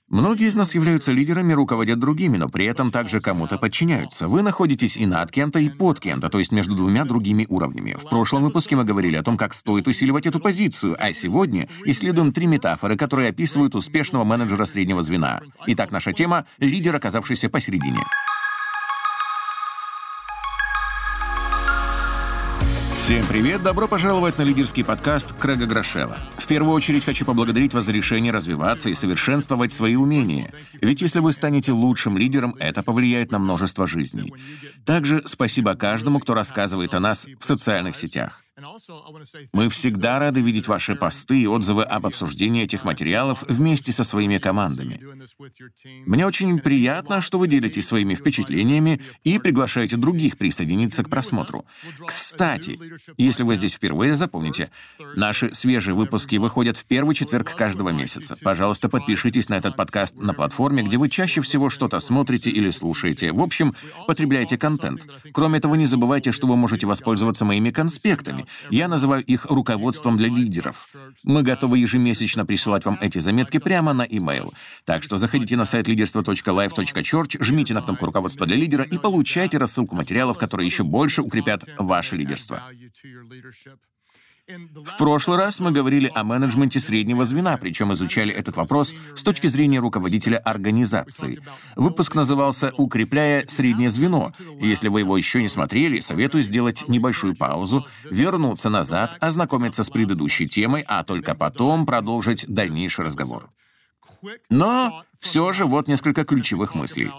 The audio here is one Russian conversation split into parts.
Многие из нас являются лидерами, руководят другими, но при этом также кому-то подчиняются. Вы находитесь и над кем-то, и под кем-то, то есть между двумя другими уровнями. В прошлом выпуске мы говорили о том, как стоит усиливать эту позицию, а сегодня исследуем 3 метафоры, которые описывают успешного менеджера среднего звена. Итак, наша тема — лидер, оказавшийся посередине. Всем привет! Добро пожаловать на лидерский подкаст Крэга Грошева. В первую очередь хочу поблагодарить вас за решение развиваться и совершенствовать свои умения. Ведь если вы станете лучшим лидером, это повлияет на множество жизней. Также спасибо каждому, кто рассказывает о нас в социальных сетях. Мы всегда рады видеть ваши посты и отзывы об обсуждении этих материалов вместе со своими командами. Мне очень приятно, что вы делитесь своими впечатлениями и приглашаете других присоединиться к просмотру. Кстати, если вы здесь впервые, запомните, наши свежие выпуски выходят в первый четверг каждого месяца. Пожалуйста, подпишитесь на этот подкаст на платформе, где вы чаще всего что-то смотрите или слушаете. В общем, потребляйте контент. Кроме того, не забывайте, что вы можете воспользоваться моими конспектами. Я называю их руководством для лидеров. Мы готовы ежемесячно присылать вам эти заметки прямо на e-mail. Так что заходите на сайт leaderство.life.church, жмите на кнопку «Руководство для лидера» и получайте рассылку материалов, которые еще больше укрепят ваше лидерство. В прошлый раз мы говорили о менеджменте среднего звена, причем изучали этот вопрос с точки зрения руководителя организации. Выпуск назывался «Укрепляя среднее звено». И если вы его еще не смотрели, советую сделать небольшую паузу, вернуться назад, ознакомиться с предыдущей темой, а только потом продолжить дальнейший разговор. Но все же вот несколько ключевых мыслей.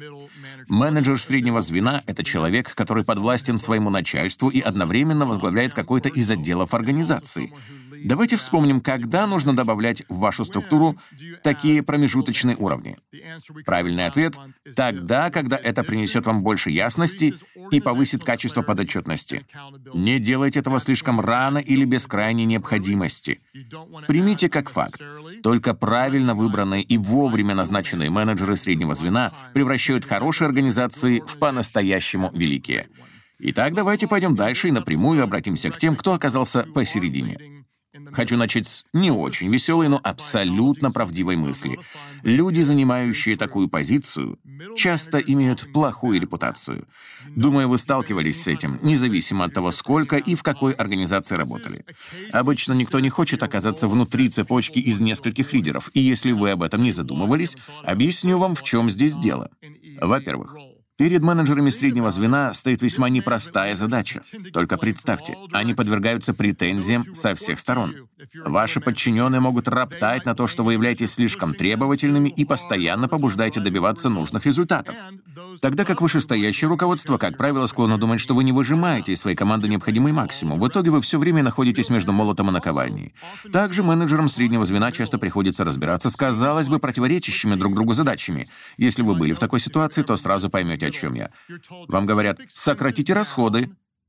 Менеджер среднего звена — это человек, который подвластен своему начальству и одновременно возглавляет какой-то из отделов организации. Давайте вспомним, когда нужно добавлять в вашу структуру такие промежуточные уровни. Правильный ответ — тогда, когда это принесет вам больше ясности и повысит качество подотчетности. Не делайте этого слишком рано или без крайней необходимости. Примите как факт. Только правильно выбранные и вовремя назначенные менеджеры среднего звена превращают хорошие организации в по-настоящему великие. Итак, давайте пойдем дальше и напрямую обратимся к тем, кто оказался посередине. Хочу начать с не очень веселой, но абсолютно правдивой мысли. Люди, занимающие такую позицию, часто имеют плохую репутацию. Думаю, вы сталкивались с этим, независимо от того, сколько и в какой организации работали. Обычно никто не хочет оказаться внутри цепочки из нескольких лидеров, и если вы об этом не задумывались, объясню вам, в чем здесь дело. Во-первых, перед менеджерами среднего звена стоит весьма непростая задача. Только представьте, они подвергаются претензиям со всех сторон. Ваши подчиненные могут роптать на то, что вы являетесь слишком требовательными и постоянно побуждаете добиваться нужных результатов. Тогда как вышестоящее руководство, как правило, склонно думать, что вы не выжимаете из своей команды необходимый максимум. В итоге вы все время находитесь между молотом и наковальней. Также менеджерам среднего звена часто приходится разбираться с, казалось бы, противоречащими друг другу задачами. Если вы были в такой ситуации, то сразу поймете, о чем я. Вам говорят: сократите расходы,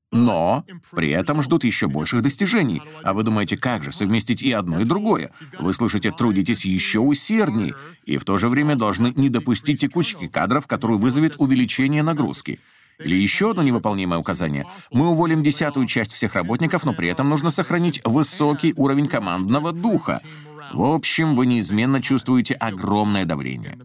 но при этом ждут еще больших достижений. А вы думаете, как же совместить и одно, и другое? Вы слышите: трудитесь еще усерднее, и в то же время должны не допустить текучки кадров, которую вызовет увеличение нагрузки. Или еще одно невыполнимое указание. Мы уволим 10-ю часть всех работников, но при этом нужно сохранить высокий уровень командного духа. В общем, вы неизменно чувствуете огромное давление.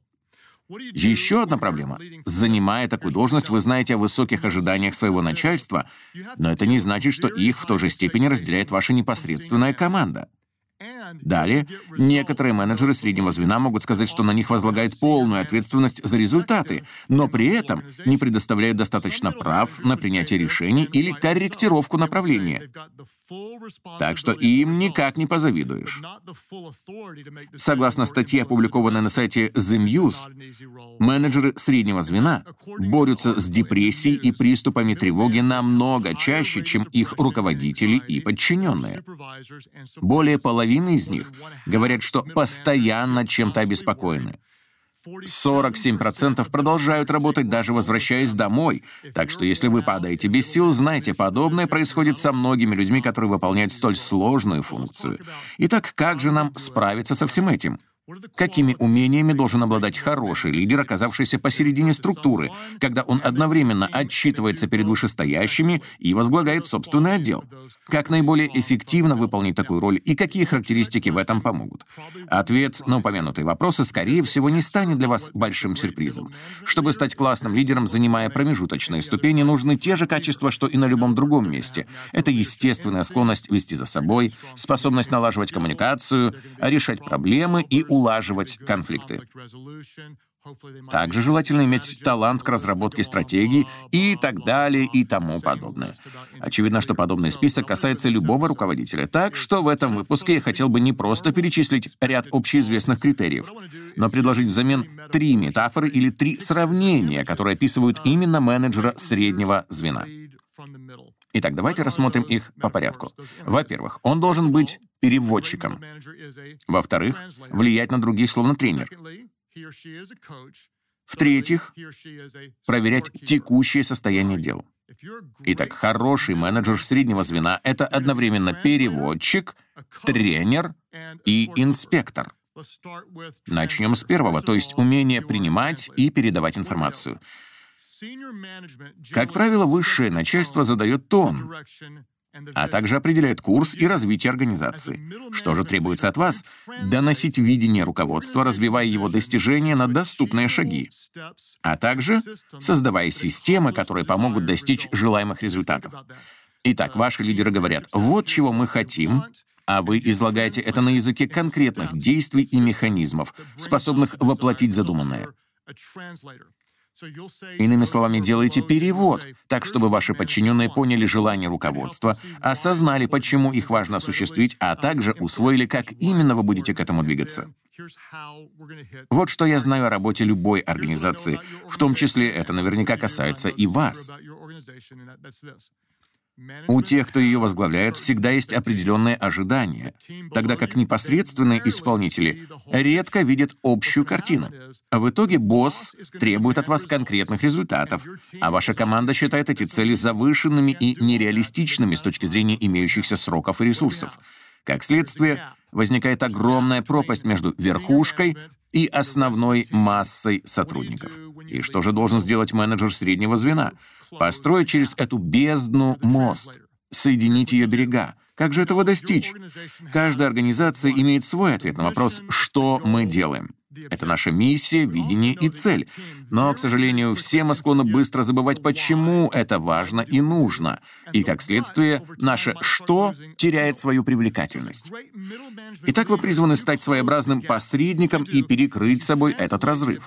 Еще одна проблема. Занимая такую должность, вы знаете о высоких ожиданиях своего начальства, но это не значит, что их в той же степени разделяет ваша непосредственная команда. Далее, некоторые менеджеры среднего звена могут сказать, что на них возлагает полную ответственность за результаты, но при этом не предоставляют достаточно прав на принятие решений или корректировку направления. Так что им никак не позавидуешь. Согласно статье, опубликованной на сайте The Muse, менеджеры среднего звена борются с депрессией и приступами тревоги намного чаще, чем их руководители и подчиненные. Более половины из них говорят, что постоянно чем-то обеспокоены. 47% продолжают работать, даже возвращаясь домой. Так что если вы падаете без сил, знайте, подобное происходит со многими людьми, которые выполняют столь сложную функцию. Итак, как же нам справиться со всем этим? Какими умениями должен обладать хороший лидер, оказавшийся посередине структуры, когда он одновременно отчитывается перед вышестоящими и возглавляет собственный отдел? Как наиболее эффективно выполнить такую роль и какие характеристики в этом помогут? Ответ на упомянутые вопросы, скорее всего, не станет для вас большим сюрпризом. Чтобы стать классным лидером, занимая промежуточные ступени, нужны те же качества, что и на любом другом месте. Это естественная склонность вести за собой, способность налаживать коммуникацию, решать проблемы и улаживать конфликты. Также желательно иметь талант к разработке стратегий и так далее и тому подобное. Очевидно, что подобный список касается любого руководителя, так что в этом выпуске я хотел бы не просто перечислить ряд общеизвестных критериев, но предложить взамен 3 метафоры или 3 сравнения, которые описывают именно менеджера среднего звена. Итак, давайте рассмотрим их по порядку. Во-первых, он должен быть переводчиком. Во-вторых, влиять на других словно тренер. В-третьих, проверять текущее состояние дел. Итак, хороший менеджер среднего звена — это одновременно переводчик, тренер и инспектор. Начнем с первого, то есть умение принимать и передавать информацию. Как правило, высшее начальство задает тон, а также определяет курс и развитие организации. Что же требуется от вас? Доносить видение руководства, развивая его достижения на доступные шаги, а также создавая системы, которые помогут достичь желаемых результатов. Итак, ваши лидеры говорят: вот чего мы хотим, а вы излагаете это на языке конкретных действий и механизмов, способных воплотить задуманное. Иными словами, делайте перевод, так, чтобы ваши подчиненные поняли желание руководства, осознали, почему их важно осуществить, а также усвоили, как именно вы будете к этому двигаться. Вот что я знаю о работе любой организации, в том числе это наверняка касается и вас. У тех, кто ее возглавляет, всегда есть определенные ожидания, тогда как непосредственные исполнители редко видят общую картину. В итоге босс требует от вас конкретных результатов, а ваша команда считает эти цели завышенными и нереалистичными с точки зрения имеющихся сроков и ресурсов. Как следствие, возникает огромная пропасть между верхушкой и основной массой сотрудников. И что же должен сделать менеджер среднего звена? Построить через эту бездну мост, соединить ее берега. Как же этого достичь? Каждая организация имеет свой ответ на вопрос, что мы делаем. Это наша миссия, видение и цель. Но, к сожалению, все мы склонны быстро забывать, почему это важно и нужно. И, как следствие, наше «что» теряет свою привлекательность. Итак, вы призваны стать своеобразным посредником и перекрыть собой этот разрыв.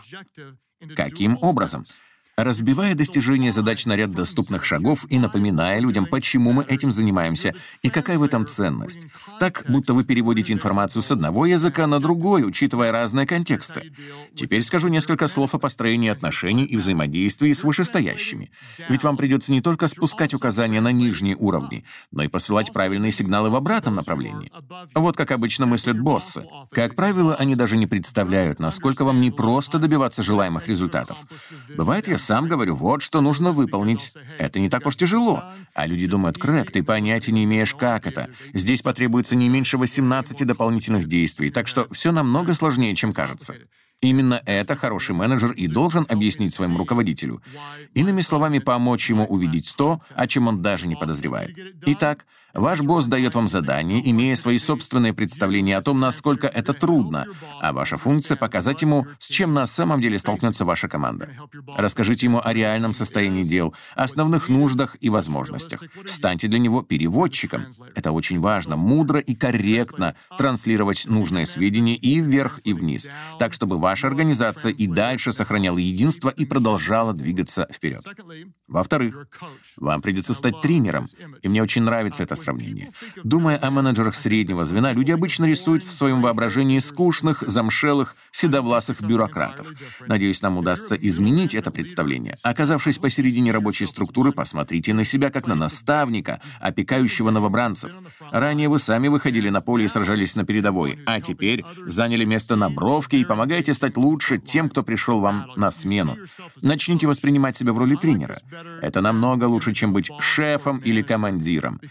Каким образом? Разбивая достижение задач на ряд доступных шагов и напоминая людям, почему мы этим занимаемся и какая в этом ценность. Так, будто вы переводите информацию с одного языка на другой, учитывая разные контексты. Теперь скажу несколько слов о построении отношений и взаимодействии с вышестоящими. Ведь вам придется не только спускать указания на нижние уровни, но и посылать правильные сигналы в обратном направлении. Вот как обычно мыслят боссы. Как правило, они даже не представляют, насколько вам непросто добиваться желаемых результатов. Бывает, я сам говорю, вот что нужно выполнить. Это не так уж тяжело. А люди думают: Крэг, ты понятия не имеешь, как это. Здесь потребуется не меньше 18 дополнительных действий, так что все намного сложнее, чем кажется. Именно это хороший менеджер и должен объяснить своему руководителю. Иными словами, помочь ему увидеть то, о чем он даже не подозревает. Итак, ваш босс дает вам задание, имея свои собственные представления о том, насколько это трудно, а ваша функция — показать ему, с чем на самом деле столкнется ваша команда. Расскажите ему о реальном состоянии дел, основных нуждах и возможностях. Станьте для него переводчиком. Это очень важно, мудро и корректно транслировать нужные сведения и вверх, и вниз, так, чтобы ваша организация и дальше сохраняла единство и продолжала двигаться вперед. Во-вторых, вам придется стать тренером, и мне очень нравится это сравнение. Думая о менеджерах среднего звена, люди обычно рисуют в своем воображении скучных, замшелых, седовласых бюрократов. Надеюсь, нам удастся изменить это представление. Оказавшись посередине рабочей структуры, посмотрите на себя как на наставника, опекающего новобранцев. Ранее вы сами выходили на поле и сражались на передовой, а теперь заняли место на бровке и помогаете стать лучше тем, кто пришел вам на смену. Начните воспринимать себя в роли тренера. Это намного лучше, чем быть шефом или командиром.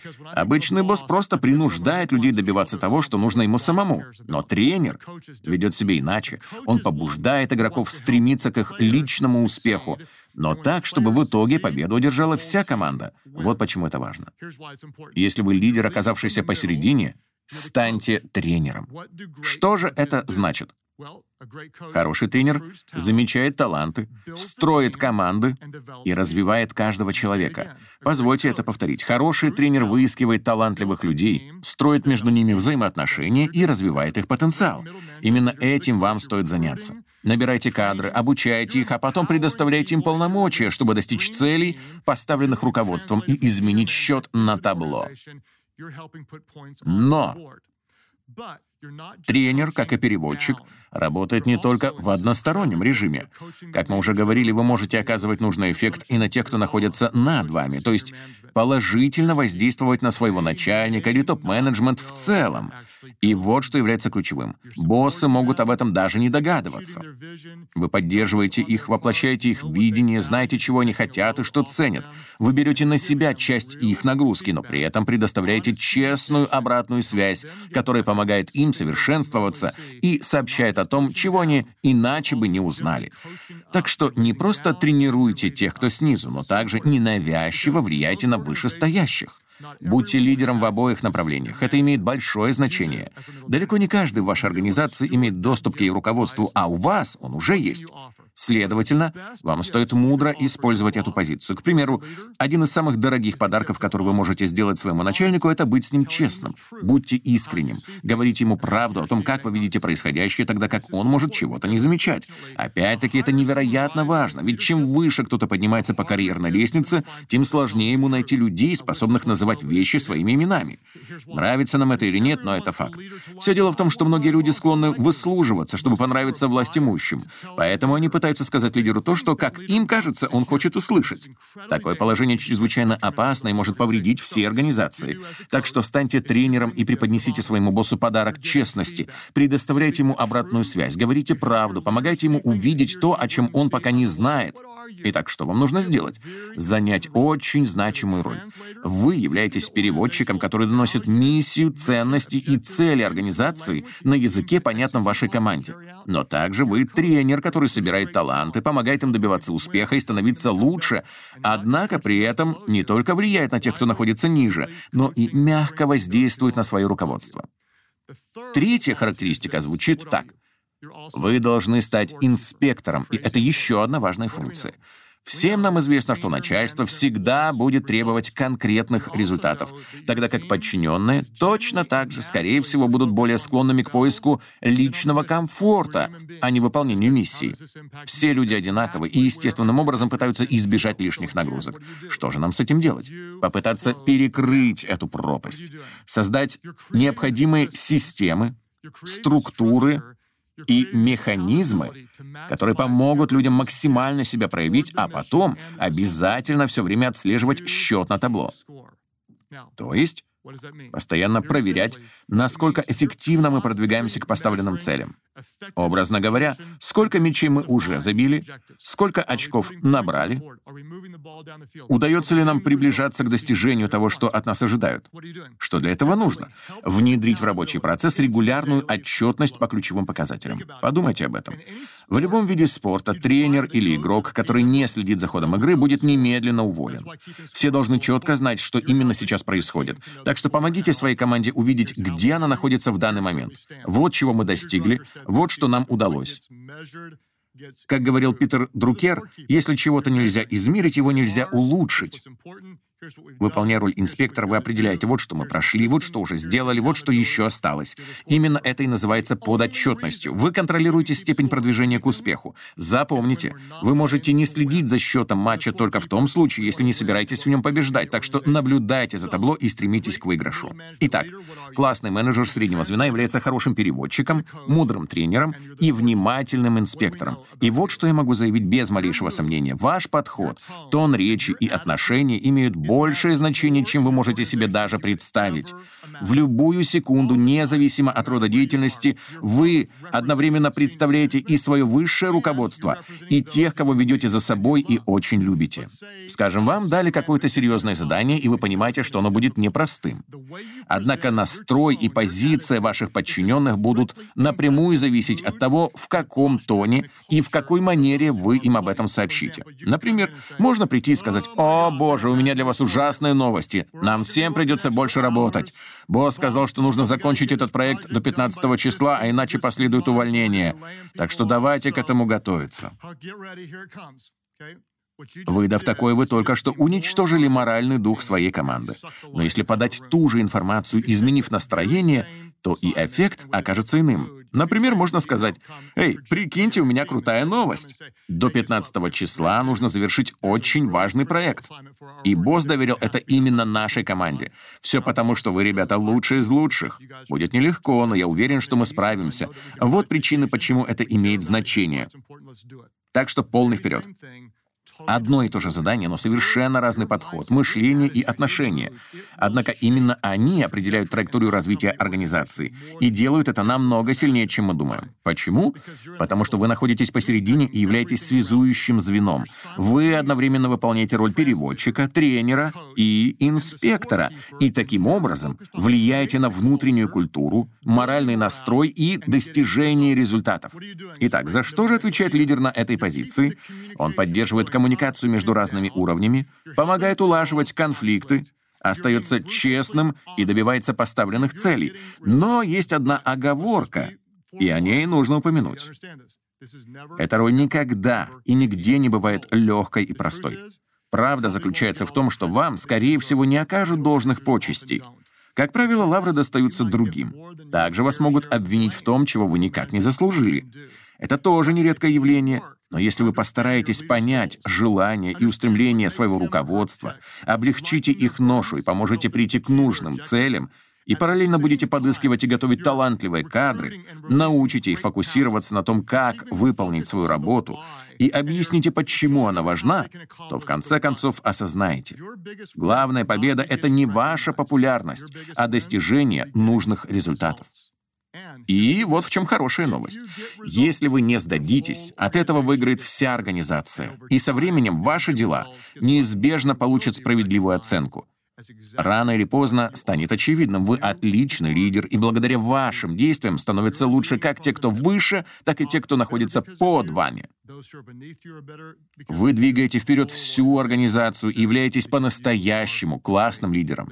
Обычный босс просто принуждает людей добиваться того, что нужно ему самому. Но тренер ведет себя иначе. Он побуждает игроков стремиться к их личному успеху, но так, чтобы в итоге победу одержала вся команда. Вот почему это важно. Если вы лидер, оказавшийся посередине, станьте тренером. Что же это значит? Хороший тренер замечает таланты, строит команды и развивает каждого человека. Позвольте это повторить. Хороший тренер выискивает талантливых людей, строит между ними взаимоотношения и развивает их потенциал. Именно этим вам стоит заняться. Набирайте кадры, обучайте их, а потом предоставляйте им полномочия, чтобы достичь целей, поставленных руководством, и изменить счет на табло. Но тренер, как и переводчик, работает не только в одностороннем режиме. Как мы уже говорили, вы можете оказывать нужный эффект и на тех, кто находится над вами, то есть положительно воздействовать на своего начальника или топ-менеджмент в целом. И вот что является ключевым. Боссы могут об этом даже не догадываться. Вы поддерживаете их, воплощаете их видение, знаете, чего они хотят и что ценят. Вы берете на себя часть их нагрузки, но при этом предоставляете честную обратную связь, которая помогает им совершенствоваться и сообщает о том, чего они иначе бы не узнали. Так что не просто тренируйте тех, кто снизу, но также ненавязчиво влияйте на вышестоящих. Будьте лидером в обоих направлениях. Это имеет большое значение. Далеко не каждый в вашей организации имеет доступ к ее руководству, а у вас он уже есть. Следовательно, вам стоит мудро использовать эту позицию. К примеру, один из самых дорогих подарков, который вы можете сделать своему начальнику, это быть с ним честным. Будьте искренним. Говорите ему правду о том, как вы видите происходящее, тогда как он может чего-то не замечать. Опять-таки, это невероятно важно, ведь чем выше кто-то поднимается по карьерной лестнице, тем сложнее ему найти людей, способных называть вещи своими именами. Нравится нам это или нет, но это факт. Все дело в том, что многие люди склонны выслуживаться, чтобы понравиться властимущим. Поэтому они пытаются сказать лидеру то, что, как им кажется, он хочет услышать. Такое положение чрезвычайно опасно и может повредить все организации. Так что станьте тренером и преподнесите своему боссу подарок честности. Предоставляйте ему обратную связь, говорите правду, помогайте ему увидеть то, о чем он пока не знает. Итак, что вам нужно сделать? Занять очень значимую роль. Вы являетесь переводчиком, который доносит миссию, ценности и цели организации на языке, понятном вашей команде. Но также вы тренер, который собирает таланты, помогает им добиваться успеха и становиться лучше, однако при этом не только влияет на тех, кто находится ниже, но и мягко воздействует на свое руководство. Третья характеристика звучит так. Вы должны стать инспектором, и это еще одна важная функция. Всем нам известно, что начальство всегда будет требовать конкретных результатов, тогда как подчиненные точно так же, скорее всего, будут более склонными к поиску личного комфорта, а не выполнению миссии. Все люди одинаковы и естественным образом пытаются избежать лишних нагрузок. Что же нам с этим делать? Попытаться перекрыть эту пропасть, создать необходимые системы, структуры и механизмы, которые помогут людям максимально себя проявить, а потом обязательно все время отслеживать счет на табло. То есть постоянно проверять, насколько эффективно мы продвигаемся к поставленным целям. Образно говоря, сколько мячей мы уже забили, сколько очков набрали, удается ли нам приближаться к достижению того, что от нас ожидают. Что для этого нужно? Внедрить в рабочий процесс регулярную отчетность по ключевым показателям. Подумайте об этом. В любом виде спорта тренер или игрок, который не следит за ходом игры, будет немедленно уволен. Все должны четко знать, что именно сейчас происходит. Так что помогите своей команде увидеть, где она находится в данный момент. Вот чего мы достигли, вот что нам удалось. Как говорил Питер Друкер, если чего-то нельзя измерить, его нельзя улучшить. Выполняя роль инспектора, вы определяете, вот что мы прошли, вот что уже сделали, вот что еще осталось. Именно это и называется подотчетностью. Вы контролируете степень продвижения к успеху. Запомните, вы можете не следить за счетом матча только в том случае, если не собираетесь в нем побеждать, так что наблюдайте за табло и стремитесь к выигрышу. Итак, классный менеджер среднего звена является хорошим переводчиком, мудрым тренером и внимательным инспектором. И вот что я могу заявить без малейшего сомнения. Ваш подход, тон речи и отношения имеют большее значение, чем вы можете себе даже представить. В любую секунду, независимо от рода деятельности, вы одновременно представляете и свое высшее руководство, и тех, кого ведете за собой и очень любите. Скажем, вам дали какое-то серьезное задание, и вы понимаете, что оно будет непростым. Однако настрой и позиция ваших подчиненных будут напрямую зависеть от того, в каком тоне и в какой манере вы им об этом сообщите. Например, можно прийти и сказать: «О, боже, у меня для вас ужасные новости. Нам всем придется больше работать. Босс сказал, что нужно закончить этот проект до 15 числа, а иначе последует увольнение. Так что давайте к этому готовиться». Выдав такое, вы только что уничтожили моральный дух своей команды. Но если подать ту же информацию, изменив настроение, то и эффект окажется иным. Например, можно сказать: «Эй, прикиньте, у меня крутая новость. До 15 числа нужно завершить очень важный проект. И босс доверил это именно нашей команде. Все потому, что вы, ребята, лучшие из лучших. Будет нелегко, но я уверен, что мы справимся. Вот причины, почему это имеет значение. Так что полный вперед». Одно и то же задание, но совершенно разный подход, мышление и отношения. Однако именно они определяют траекторию развития организации и делают это намного сильнее, чем мы думаем. Почему? Потому что вы находитесь посередине и являетесь связующим звеном. Вы одновременно выполняете роль переводчика, тренера и инспектора, и таким образом влияете на внутреннюю культуру, моральный настрой и достижение результатов. Итак, за что же отвечает лидер на этой позиции? Он поддерживает коммуникацию между разными уровнями, помогает улаживать конфликты, остается честным и добивается поставленных целей. Но есть одна оговорка, и о ней нужно упомянуть. Эта роль никогда и нигде не бывает легкой и простой. Правда заключается в том, что вам, скорее всего, не окажут должных почестей. Как правило, лавры достаются другим. Также вас могут обвинить в том, чего вы никак не заслужили. Это тоже нередкое явление. Но если вы постараетесь понять желания и устремления своего руководства, облегчите их ношу и поможете прийти к нужным целям, и параллельно будете подыскивать и готовить талантливые кадры, научите их фокусироваться на том, как выполнить свою работу, и объясните, почему она важна, то в конце концов осознаете. Главная победа — это не ваша популярность, а достижение нужных результатов. И вот в чем хорошая новость. Если вы не сдадитесь, от этого выиграет вся организация. И со временем ваши дела неизбежно получат справедливую оценку. Рано или поздно станет очевидным: вы отличный лидер, и благодаря вашим действиям становятся лучше как те, кто выше, так и те, кто находится под вами. Вы двигаете вперед всю организацию и являетесь по-настоящему классным лидером.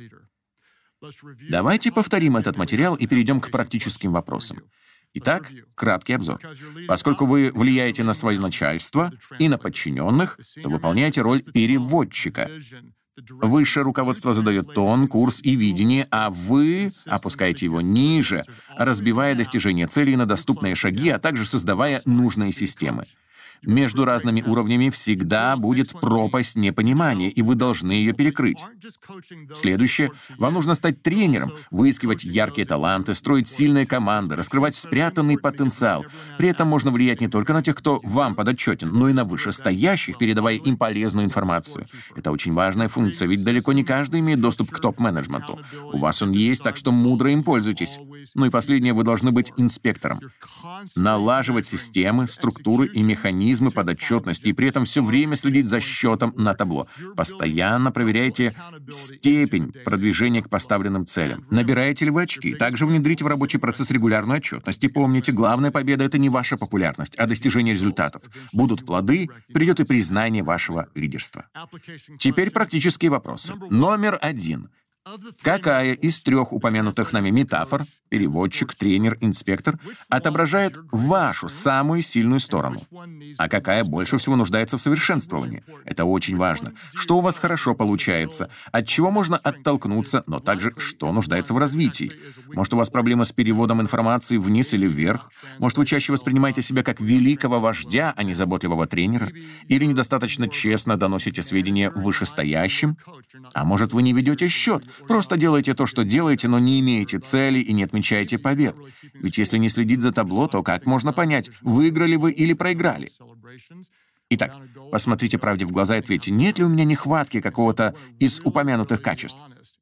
Давайте повторим этот материал и перейдем к практическим вопросам. Итак, краткий обзор. Поскольку вы влияете на свое начальство и на подчиненных, то выполняете роль переводчика. Высшее руководство задает тон, курс и видение, а вы опускаете его ниже, разбивая достижение целей на доступные шаги, а также создавая нужные системы. Между разными уровнями всегда будет пропасть непонимания, и вы должны ее перекрыть. Следующее. Вам нужно стать тренером, выискивать яркие таланты, строить сильные команды, раскрывать спрятанный потенциал. При этом можно влиять не только на тех, кто вам подотчетен, но и на вышестоящих, передавая им полезную информацию. Это очень важная функция, ведь далеко не каждый имеет доступ к топ-менеджменту. У вас он есть, так что мудро им пользуйтесь. Ну и последнее, вы должны быть инспектором. Налаживать системы, структуры и механизмы подотчетности, и при этом все время следить за счетом на табло. Постоянно проверяйте степень продвижения к поставленным целям. Набираете ли вы очки? Также внедрите в рабочий процесс регулярную отчетность. И помните, главная победа — это не ваша популярность, а достижение результатов. Будут плоды, придет и признание вашего лидерства. Теперь практические вопросы. Номер 1. Какая из 3 упомянутых нами метафор — переводчик, тренер, инспектор — отображает вашу самую сильную сторону? А какая больше всего нуждается в совершенствовании? Это очень важно. Что у вас хорошо получается? От чего можно оттолкнуться, но также что нуждается в развитии? Может, у вас проблемы с переводом информации вниз или вверх? Может, вы чаще воспринимаете себя как великого вождя, а не заботливого тренера? Или недостаточно честно доносите сведения вышестоящим? А может, вы не ведете счет? Просто делаете то, что делаете, но не имеете цели и не отмечаете побед. Ведь если не следить за табло, то как можно понять, выиграли вы или проиграли? Итак, посмотрите правде в глаза и ответьте, нет ли у меня нехватки какого-то из упомянутых качеств.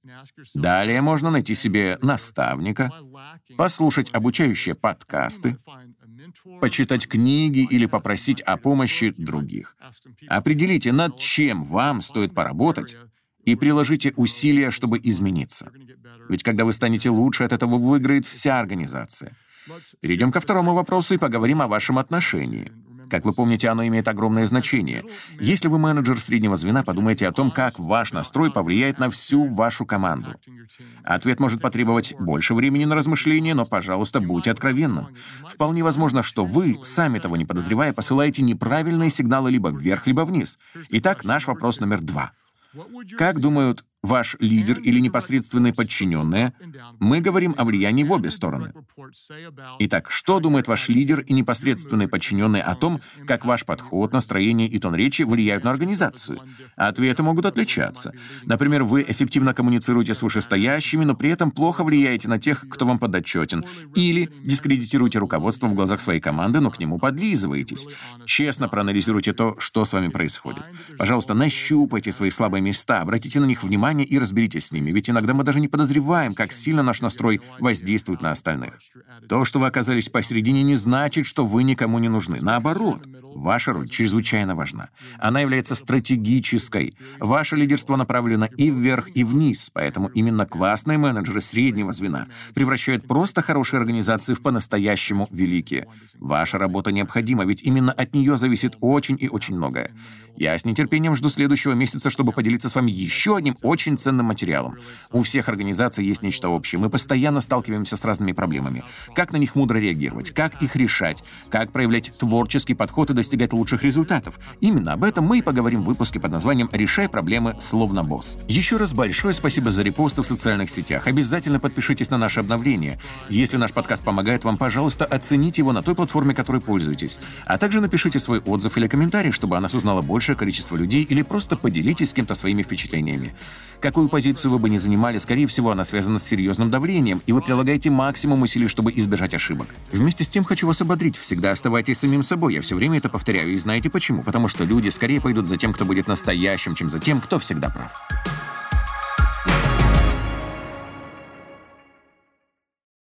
Далее можно найти себе наставника, послушать обучающие подкасты, почитать книги или попросить о помощи других. Определите, над чем вам стоит поработать, и приложите усилия, чтобы измениться. Ведь когда вы станете лучше, от этого выиграет вся организация. Перейдем ко второму вопросу и поговорим о вашем отношении. Как вы помните, оно имеет огромное значение. Если вы менеджер среднего звена, подумайте о том, как ваш настрой повлияет на всю вашу команду. Ответ может потребовать больше времени на размышление, но, пожалуйста, будьте откровенным. Вполне возможно, что вы, сами того не подозревая, посылаете неправильные сигналы либо вверх, либо вниз. Итак, наш вопрос номер 2. Как думают ваш лидер или непосредственные подчиненные? Мы говорим о влиянии в обе стороны. Итак, что думает ваш лидер и непосредственные подчиненные о том, как ваш подход, настроение и тон речи влияют на организацию? Ответы могут отличаться. Например, вы эффективно коммуницируете с вышестоящими, но при этом плохо влияете на тех, кто вам подотчетен. Или дискредитируете руководство в глазах своей команды, но к нему подлизываетесь. Честно проанализируйте то, что с вами происходит. Пожалуйста, нащупайте свои слабые места, обратите на них внимание и разберитесь с ними, ведь иногда мы даже не подозреваем, как сильно наш настрой воздействует на остальных. То, что вы оказались посередине, не значит, что вы никому не нужны. Наоборот, ваша роль чрезвычайно важна. Она является стратегической. Ваше лидерство направлено и вверх, и вниз, поэтому именно классные менеджеры среднего звена превращают просто хорошие организации в по-настоящему великие. Ваша работа необходима, ведь именно от нее зависит очень и очень многое. Я с нетерпением жду следующего месяца, чтобы поделиться с вами еще одним очень ценным материалом. У всех организаций есть нечто общее. Мы постоянно сталкиваемся с разными проблемами. Как на них мудро реагировать, как их решать, как проявлять творческий подход и достигать лучших результатов. Именно об этом мы и поговорим в выпуске под названием «Решай проблемы словно босс». Еще раз большое спасибо за репосты в социальных сетях. Обязательно подпишитесь на наше обновление. Если наш подкаст помогает вам, пожалуйста, оцените его на той платформе, которой пользуетесь. А также напишите свой отзыв или комментарий, чтобы о нас узнало большее количество людей, или просто поделитесь с кем-то своими впечатлениями. Какую позицию вы бы ни занимали, скорее всего, она связана с серьезным давлением, и вы прилагаете максимум усилий, чтобы избежать ошибок. Вместе с тем хочу вас ободрить. Всегда оставайтесь самим собой. Я все время это повторяю. И знаете почему? Потому что люди скорее пойдут за тем, кто будет настоящим, чем за тем, кто всегда прав.